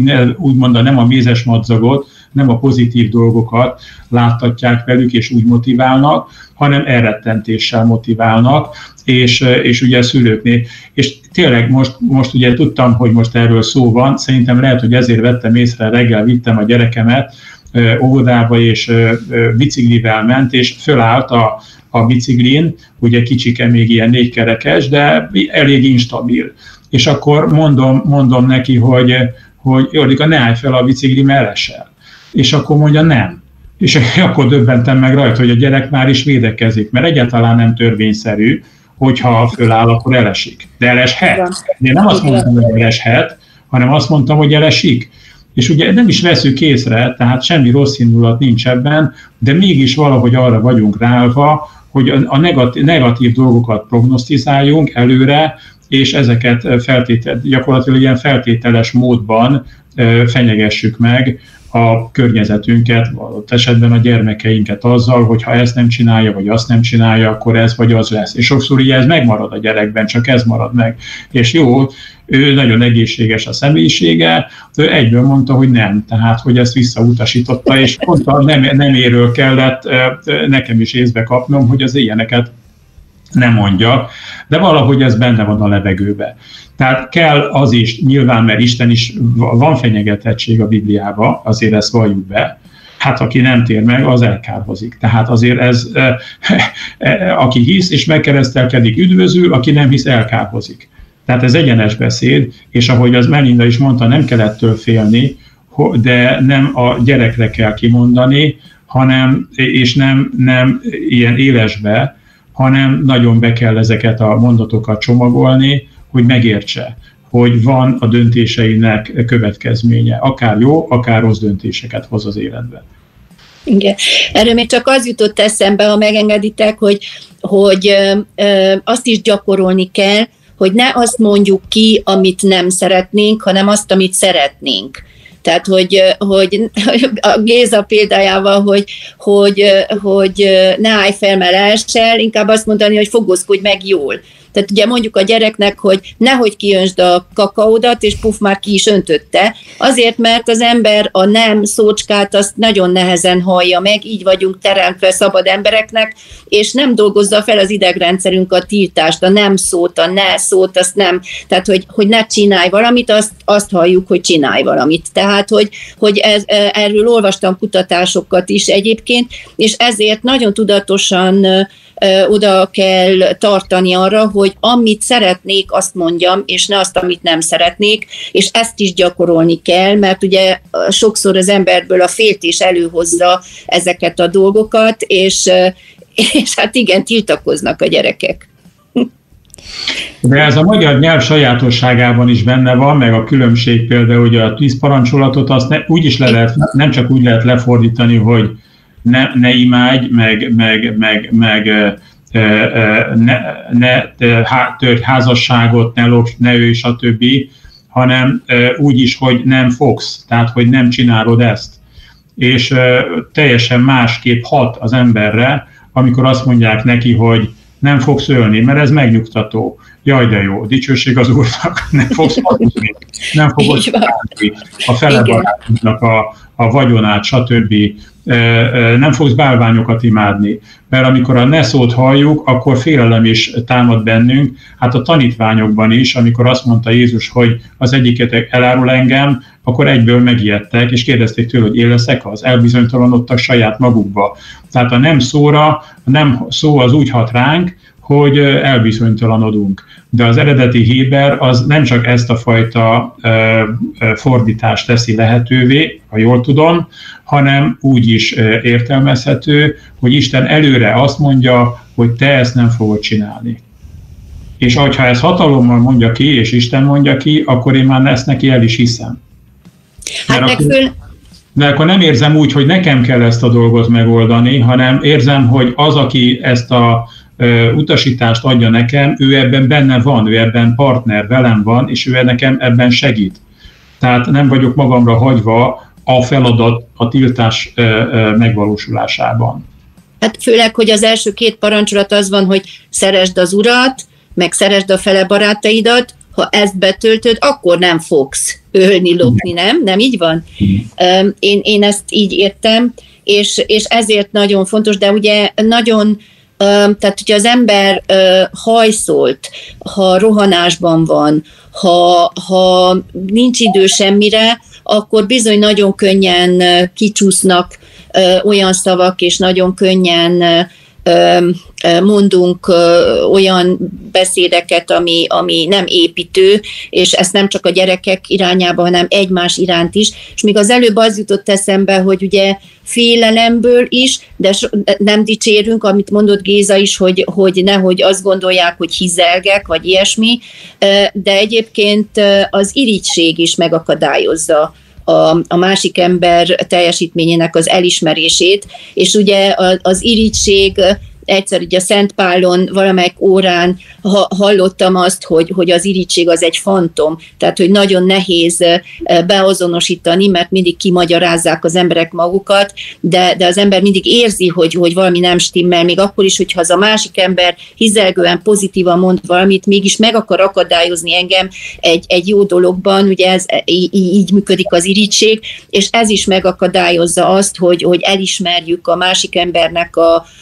nem a mézes madzagot, nem a pozitív dolgokat láttatják velük, és úgy motiválnak, hanem elrettentéssel motiválnak, és ugye a szülőknél. És tényleg most ugye tudtam, hogy most erről szó van, szerintem lehet, hogy ezért vettem észre, reggel vittem a gyerekemet óvodába, és biciklivel ment, és fölállt a biciklin, ugye kicsike még ilyen 4 kerekes, de elég instabil. És akkor mondom neki, hogy Jordika, ne állj fel a bicikli, mert esel. És akkor mondja, nem. És akkor döbbentem meg rajta, hogy a gyerek már is védekezik, mert egyáltalán nem törvényszerű, hogyha föláll, akkor elesik. De eleshet. Én nem azt mondtam, hogy eleshet, hanem azt mondtam, hogy elesik. És ugye nem is veszük észre, tehát semmi rossz indulat nincs ebben, de mégis valahogy arra vagyunk ráállva, hogy a negatív dolgokat prognosztizáljunk előre, és ezeket gyakorlatilag ilyen feltételes módban fenyegessük meg a környezetünket, adott esetben a gyermekeinket azzal, hogy ha ezt nem csinálja, vagy azt nem csinálja, akkor ez vagy az lesz. És sokszor ugye ez megmarad a gyerekben, csak ez marad meg. És jó, ő nagyon egészséges a személyisége, ő egyből mondta, hogy nem, tehát hogy ezt visszautasította, és pont a nem éről kellett nekem is észbe kapnom, hogy az ilyeneket nem mondja, de valahogy ez benne van a levegőbe. Tehát kell az is, nyilván, mert Isten is, van fenyegetettség a Bibliában, azért ezt valljuk be, hát aki nem tér meg, az elkárhozik. Tehát azért ez, aki hisz és megkeresztelkedik, üdvözül, aki nem hisz, elkárhozik. Tehát ez egyenes beszéd, és ahogy az Melinda is mondta, nem kell ettől félni, de nem a gyerekre kell kimondani, és nem ilyen élesbe, hanem nagyon be kell ezeket a mondatokat csomagolni, hogy megértse, hogy van a döntéseinek következménye. Akár jó, akár rossz döntéseket hoz az életbe. Igen. Erről még csak az jutott eszembe, ha megengeditek, hogy azt is gyakorolni kell, hogy ne azt mondjuk ki, amit nem szeretnénk, hanem azt, amit szeretnénk. Tehát, hogy a Géza példájával, hogy ne állj fel, mert elsel, inkább azt mondani, hogy fogózkodj meg jól. Tehát ugye mondjuk a gyereknek, hogy nehogy kiöntsd a kakaódat, és puf, már ki is öntötte. Azért, mert az ember a nem szócskát azt nagyon nehezen hallja meg, így vagyunk teremtve szabad embereknek, és nem dolgozza fel az idegrendszerünk a tiltást, a nem szót, a ne szót, azt nem. Tehát, hogy ne csinálj valamit, azt halljuk, hogy csinálj valamit. Tehát, hogy erről olvastam kutatásokat is egyébként, és ezért nagyon tudatosan oda kell tartani arra, hogy amit szeretnék, azt mondjam, és ne azt, amit nem szeretnék, és ezt is gyakorolni kell, mert ugye sokszor az emberből a féltés előhozza ezeket a dolgokat, és hát igen, tiltakoznak a gyerekek. De ez a magyar nyelv sajátosságában is benne van, meg a különbség például, hogy a 10 parancsolatot azt nem csak úgy lehet lefordítani, hogy ne imádj, ne törj házasságot, ne lopj, ne ölj, stb., hanem úgy is, hogy nem fogsz, tehát hogy nem csinálod ezt. És teljesen másképp hat az emberre, amikor azt mondják neki, hogy nem fogsz ölni, mert ez megnyugtató. Jaj, de jó, dicsőség az Úrnak, nem fogsz hazudni, nem fogod csinálni a fele barátnak a vagyonát, stb. Nem fogsz bálványokat imádni. Mert amikor a ne szót halljuk, akkor félelem is támad bennünk. Hát a tanítványokban is, amikor azt mondta Jézus, hogy az egyiketek elárul engem, akkor egyből megijedtek, és kérdezték tőle, hogy én leszek az, elbizonytalanodtak saját magukba. Tehát a nem szóra, a nem szó az úgy hat ránk, hogy elbizonytalanodunk. De az eredeti héber az nem csak ezt a fajta fordítást teszi lehetővé, ha jól tudom, hanem úgy is értelmezhető, hogy Isten előre azt mondja, hogy te ezt nem fogod csinálni. És ha ezt hatalommal mondja ki, és Isten mondja ki, akkor én már ezt neki el is hiszem. De akkor nem érzem úgy, hogy nekem kell ezt a dolgot megoldani, hanem érzem, hogy az, aki ezt a utasítást adja nekem, ő ebben benne van, ő ebben partner velem van, és ő nekem ebben segít. Tehát nem vagyok magamra hagyva a feladat a tiltás megvalósulásában. Hát főleg, hogy az első 2 parancsolat az van, hogy szeresd az Urat, meg szeresd a fele barátaidat, ha ezt betöltöd, akkor nem fogsz ölni, lopni, nem? Nem így van? Én ezt így értem, és ezért nagyon fontos, de ugye nagyon, tehát hogyha az ember hajszolt, ha rohanásban van, ha nincs idő semmire, akkor bizony nagyon könnyen kicsúsznak olyan szavak, és nagyon könnyen mondunk olyan beszédeket, ami nem építő, és ezt nem csak a gyerekek irányába, hanem egymás iránt is. És még az előbb az jutott eszembe, hogy ugye félelemből is, de nem dicsérünk, amit mondott Géza is, hogy nehogy azt gondolják, hogy hizelgek, vagy ilyesmi, de egyébként az irigység is megakadályozza a másik ember teljesítményének az elismerését, és ugye az irigység, egyszer ugye a Szent Pálon valamelyik órán hallottam azt, hogy az irigység az egy fantom, tehát hogy nagyon nehéz beazonosítani, mert mindig kimagyarázzák az emberek magukat, de az ember mindig érzi, hogy valami nem stimmel, még akkor is, hogyha az a másik ember hizelgően, pozitívan mond valamit, mégis meg akar akadályozni engem egy jó dologban, ugye ez így működik az irigység, és ez is megakadályozza azt, hogy elismerjük a másik embernek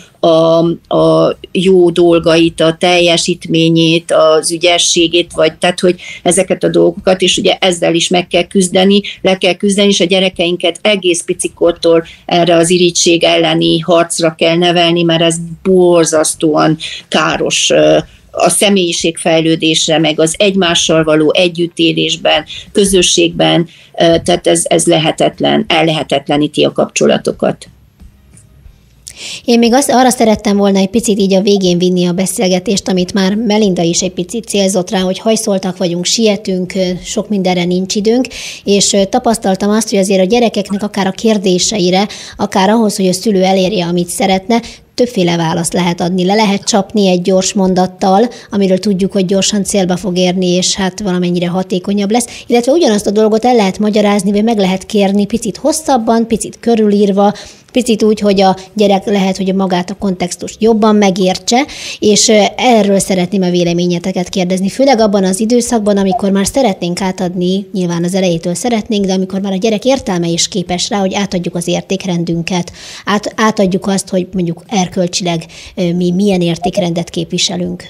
a jó dolgait, a teljesítményét, az ügyességét, vagy tehát, hogy ezeket a dolgokat, és ugye ezzel is meg kell küzdeni, le kell küzdeni, és a gyerekeinket egész picikortól erre az irigység elleni harcra kell nevelni, mert ez borzasztóan káros a személyiségfejlődésre, meg az egymással való együttélésben, közösségben, tehát ez lehetetlen, ellehetetleníti a kapcsolatokat. Én még arra szerettem volna egy picit így a végén vinni a beszélgetést, amit már Melinda is egy picit célzott rá, hogy hajszoltak vagyunk, sietünk, sok mindenre nincs időnk, és tapasztaltam azt, hogy azért a gyerekeknek akár a kérdéseire, akár ahhoz, hogy a szülő elérje, amit szeretne, többféle választ lehet adni. Le lehet csapni egy gyors mondattal, amiről tudjuk, hogy gyorsan célba fog érni, és hát valamennyire hatékonyabb lesz, illetve ugyanazt a dolgot el lehet magyarázni, vagy meg lehet kérni picit hosszabban, picit körülírva, picit úgy, hogy a gyerek lehet, hogy magát a kontextust jobban megértse, és erről szeretném a véleményeteket kérdezni, főleg abban az időszakban, amikor már szeretnénk átadni, nyilván az elejétől szeretnénk, de amikor már a gyerek értelme is képes rá, hogy átadjuk az értékrendünket, átadjuk azt, hogy mondjuk erkölcsileg mi milyen értékrendet képviselünk.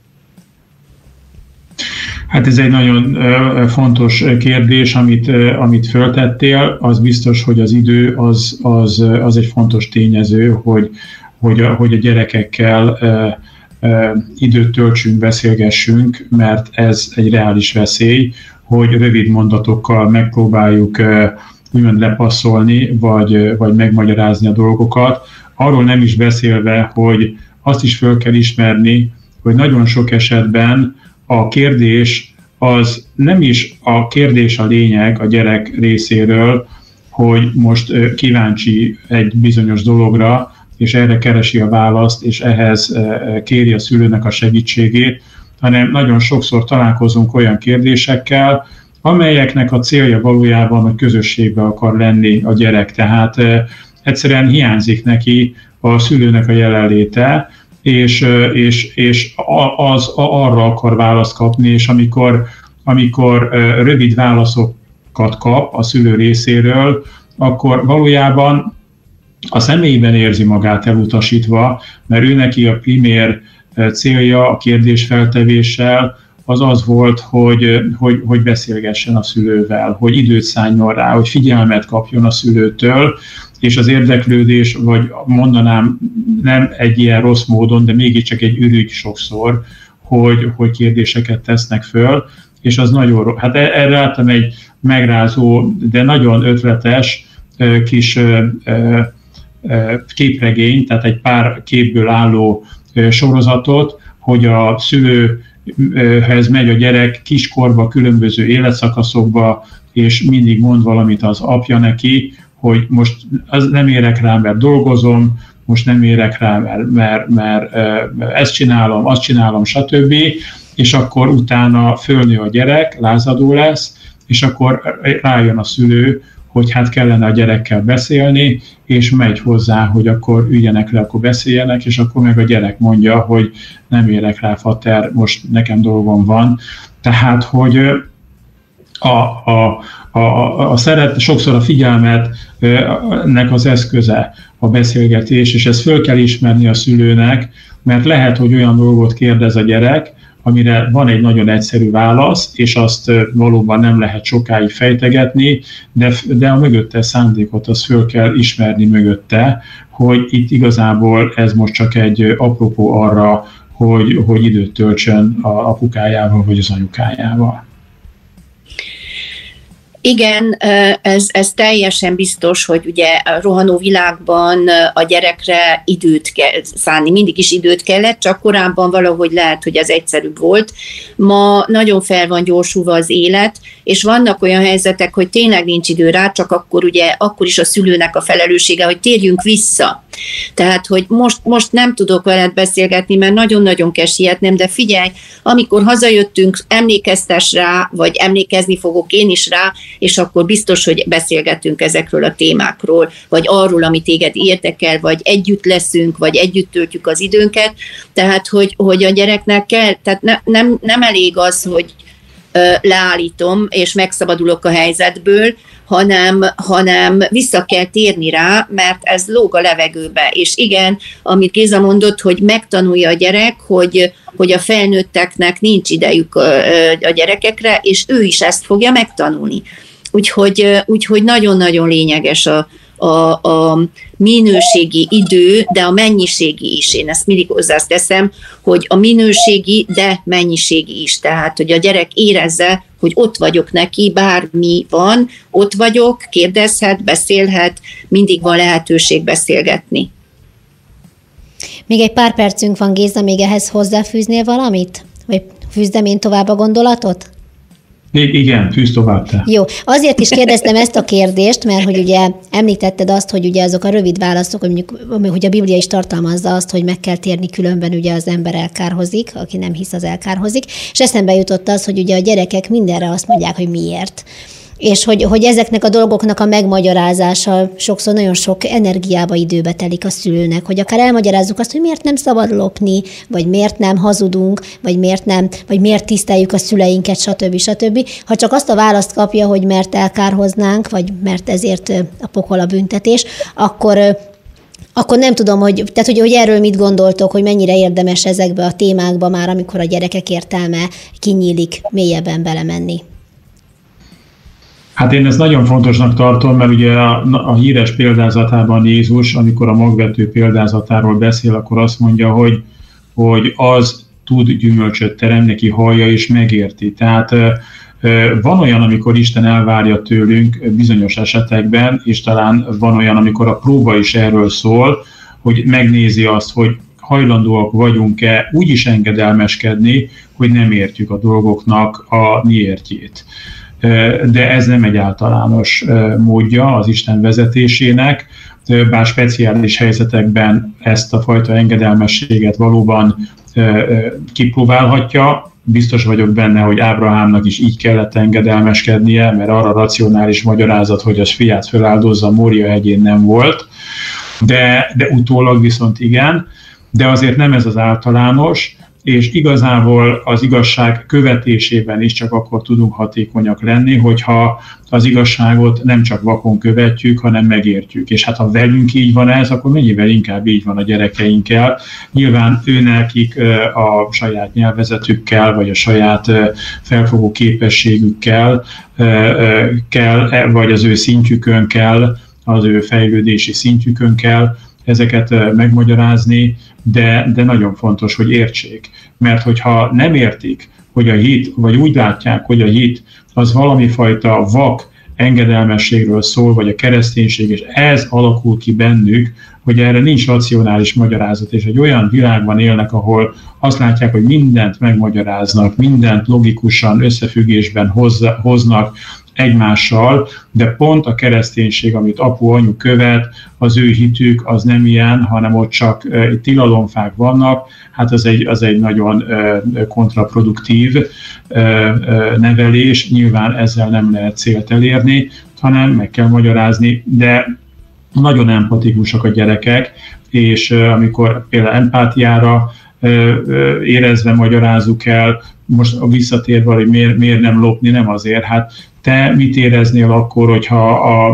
Hát ez egy nagyon fontos kérdés, amit föltettél. Az biztos, hogy az idő az egy fontos tényező, hogy a gyerekekkel időt töltsünk, beszélgessünk, mert ez egy reális veszély, hogy rövid mondatokkal megpróbáljuk úgymond lepasszolni, vagy megmagyarázni a dolgokat. Arról nem is beszélve, hogy azt is föl kell ismerni, hogy nagyon sok esetben a kérdés az nem is a kérdés a lényeg a gyerek részéről, hogy most kíváncsi egy bizonyos dologra, és erre keresi a választ, és ehhez kéri a szülőnek a segítségét, hanem nagyon sokszor találkozunk olyan kérdésekkel, amelyeknek a célja valójában, hogy közösségbe akar lenni a gyerek. Tehát egyszerűen hiányzik neki a szülőnek a jelenléte, és arra akar választ kapni, és amikor rövid válaszokat kap a szülő részéről, akkor valójában a személyében érzi magát elutasítva, mert ő neki a primér célja a kérdésfeltevéssel az volt, hogy beszélgessen a szülővel, hogy időt szálljon rá, hogy figyelmet kapjon a szülőtől, és az érdeklődés, vagy mondanám nem egy ilyen rossz módon, de mégiscsak egy ürügy sokszor, hogy kérdéseket tesznek föl, és az nagyon, hát erre láttam egy megrázó, de nagyon ötletes kis képregény, tehát egy pár képből álló sorozatot, hogy a szülőhez megy a gyerek kiskorba, különböző életszakaszokba, és mindig mond valamit az apja neki, hogy most az nem érek rá, mert dolgozom, most nem érek rá, mert ezt csinálom, azt csinálom, stb. És akkor utána fölnő a gyerek, lázadó lesz, és akkor rájön a szülő, hogy hát kellene a gyerekkel beszélni, és megy hozzá, hogy akkor üljenek le, akkor beszéljenek, és akkor meg a gyerek mondja, hogy nem érek rá, fater, most nekem dolgom van. Tehát, hogy sokszor a figyelmetnek az eszköze a beszélgetés, és ezt föl kell ismerni a szülőnek, mert lehet, hogy olyan dolgot kérdez a gyerek, amire van egy nagyon egyszerű válasz, és azt valóban nem lehet sokáig fejtegetni, de a mögötte szándékot azt föl kell ismerni mögötte, hogy itt igazából ez most csak egy apropó arra, hogy időt töltsön a apukájával vagy az anyukájával. Igen, ez teljesen biztos, hogy ugye a rohanó világban a gyerekre időt kell szánni, mindig is időt kellett, csak korábban valahogy lehet, hogy ez egyszerűbb volt. Ma nagyon fel van gyorsulva az élet, és vannak olyan helyzetek, hogy tényleg nincs idő rá, csak akkor is a szülőnek a felelőssége, hogy térjünk vissza. Tehát, hogy most nem tudok veled beszélgetni, mert nagyon-nagyon kell sietnem, de figyelj, amikor hazajöttünk, emlékeztes rá, vagy emlékezni fogok én is rá, és akkor biztos, hogy beszélgetünk ezekről a témákról, vagy arról, ami téged érdekel, vagy együtt leszünk, vagy együtt töltjük az időnket. Tehát, hogy a gyereknek kell, tehát nem elég az, hogy leállítom, és megszabadulok a helyzetből, hanem vissza kell térni rá, mert ez lóg a levegőbe. És igen, amit Géza mondott, hogy megtanulja a gyerek, hogy a felnőtteknek nincs idejük a gyerekekre, és ő is ezt fogja megtanulni. Úgyhogy nagyon-nagyon lényeges a minőségi idő, de a mennyiségi is. Én ezt mindig hozzáteszem, hogy a minőségi, de mennyiségi is. Tehát, hogy a gyerek érezze, hogy ott vagyok neki, bármi van, ott vagyok, kérdezhet, beszélhet, mindig van lehetőség beszélgetni. Még egy pár percünk van, Géza, még ehhez hozzáfűznél valamit? Vagy fűzdem én tovább a gondolatot? Igen, fűz tovább te. Jó, azért is kérdeztem ezt a kérdést, mert hogy ugye említetted azt, hogy ugye azok a rövid válaszok, hogy a Biblia is tartalmazza azt, hogy meg kell térni, különben ugye az ember elkárhozik, aki nem hisz, az elkárhozik, és eszembe jutott az, hogy ugye a gyerekek mindenre azt mondják, hogy miért. És hogy ezeknek a dolgoknak a megmagyarázása sokszor nagyon sok energiába, időbe telik a szülőnek, hogy akár elmagyarázzuk azt, hogy miért nem szabad lopni, vagy miért nem hazudunk, vagy miért tiszteljük a szüleinket, stb. Ha csak azt a választ kapja, hogy mert elkárhoznánk, vagy mert ezért a pokol a büntetés, akkor nem tudom, hogy erről mit gondoltok, hogy mennyire érdemes ezekbe a témákba már, amikor a gyerekek értelme kinyílik, mélyebben belemenni. Hát én ezt nagyon fontosnak tartom, mert ugye a híres példázatában Jézus, amikor a magvető példázatáról beszél, akkor azt mondja, hogy az tud gyümölcsöt teremni, neki hallja és megérti. Tehát van olyan, amikor Isten elvárja tőlünk bizonyos esetekben, és talán van olyan, amikor a próba is erről szól, hogy megnézi azt, hogy hajlandóak vagyunk-e úgy is engedelmeskedni, hogy nem értjük a dolgoknak a miértjét. De ez nem egy általános módja az Isten vezetésének, bár speciális helyzetekben ezt a fajta engedelmességet valóban kipróbálhatja. Biztos vagyok benne, hogy Ábrahámnak is így kellett engedelmeskednie, mert arra racionális magyarázat, hogy az fiát feláldozza Mória hegyén nem volt, de utólag viszont igen, de azért nem ez az általános, és igazából az igazság követésében is csak akkor tudunk hatékonyak lenni, hogyha az igazságot nem csak vakon követjük, hanem megértjük. És hát ha velünk így van ez, akkor mennyivel inkább így van a gyerekeinkkel. Nyilván őnekik a saját nyelvezetükkel, vagy a saját felfogó képességükkel, vagy az ő szintjükön kell, az ő fejlődési szintjükön kell ezeket megmagyarázni, de nagyon fontos, hogy értsék. Mert hogyha nem értik, hogy a hit, vagy úgy látják, hogy a hit az valami fajta vak engedelmességről szól, vagy a kereszténység, és ez alakul ki bennük, hogy erre nincs racionális magyarázat, és egy olyan világban élnek, ahol azt látják, hogy mindent megmagyaráznak, mindent logikusan, összefüggésben hoznak egymással, de pont a kereszténység, amit apu-anyu követ, az ő hitük az nem ilyen, hanem ott csak tilalomfák vannak, hát az egy nagyon kontraproduktív nevelés, nyilván ezzel nem lehet célt elérni, hanem meg kell magyarázni, de nagyon empatikusak a gyerekek, és amikor például empátiára érezve magyarázzuk el, most visszatérve, hogy miért nem lopni, nem azért, hát te mit éreznél akkor, hogyha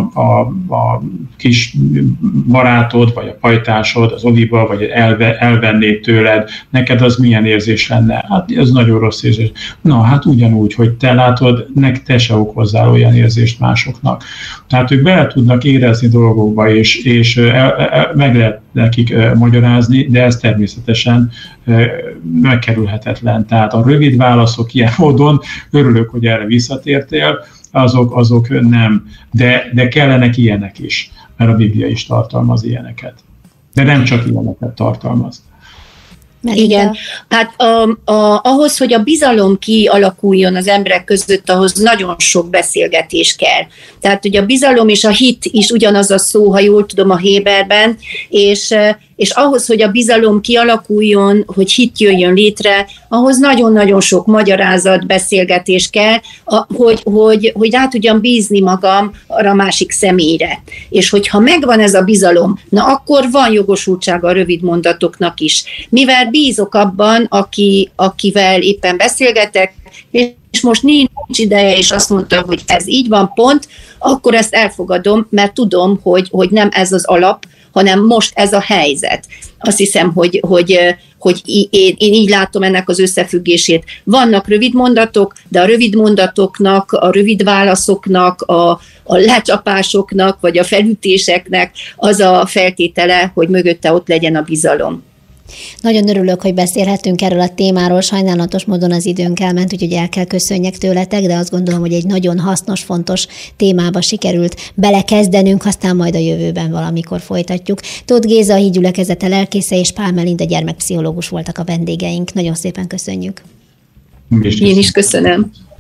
a kis barátod, vagy a pajtásod, az Oliva, vagy elvenné tőled, neked az milyen érzés lenne? Hát ez nagyon rossz érzés. Na, hát ugyanúgy, hogy te látod, te se okozzál olyan érzést másoknak. Tehát ők bele tudnak érezni dolgokba, és meg lehet nekik magyarázni, de ez természetesen megkerülhetetlen. Tehát a rövid válaszok ilyen módon, örülök, hogy erre visszatértél, azok nem, de kellenek ilyenek is, mert a Biblia is tartalmaz ilyeneket. De nem csak ilyeneket tartalmaz. Igen, hát ahhoz, hogy a bizalom kialakuljon az emberek között, ahhoz nagyon sok beszélgetés kell. Tehát ugye a bizalom és a hit is ugyanaz a szó, ha jól tudom, a Héberben, és ahhoz, hogy a bizalom kialakuljon, hogy hit jöjjön létre, ahhoz nagyon-nagyon sok magyarázat, beszélgetés kell, hogy rá tudjam bízni magam arra másik személyre. És hogyha megvan ez a bizalom, na akkor van jogosultsága a rövid mondatoknak is. Mivel bízok abban, akivel éppen beszélgetek, és most nincs ideje, és azt mondta, hogy ez így van, pont, akkor ezt elfogadom, mert tudom, hogy nem ez az alap, hanem most ez a helyzet. Azt hiszem, hogy én így látom ennek az összefüggését. Vannak rövid mondatok, de a rövid mondatoknak, a rövid válaszoknak, a lecsapásoknak, vagy a felütéseknek az a feltétele, hogy mögötte ott legyen a bizalom. Nagyon örülök, hogy beszélhetünk erről a témáról, sajnálatos módon az időnk elment, úgyhogy el kell köszönjek tőletek, de azt gondolom, hogy egy nagyon hasznos, fontos témába sikerült belekezdenünk, aztán majd a jövőben valamikor folytatjuk. Tóth Géza, a Hídgyülekezete lelkésze, és Pál Melinda gyermekpszichológus voltak a vendégeink. Nagyon szépen köszönjük. Én is köszönöm.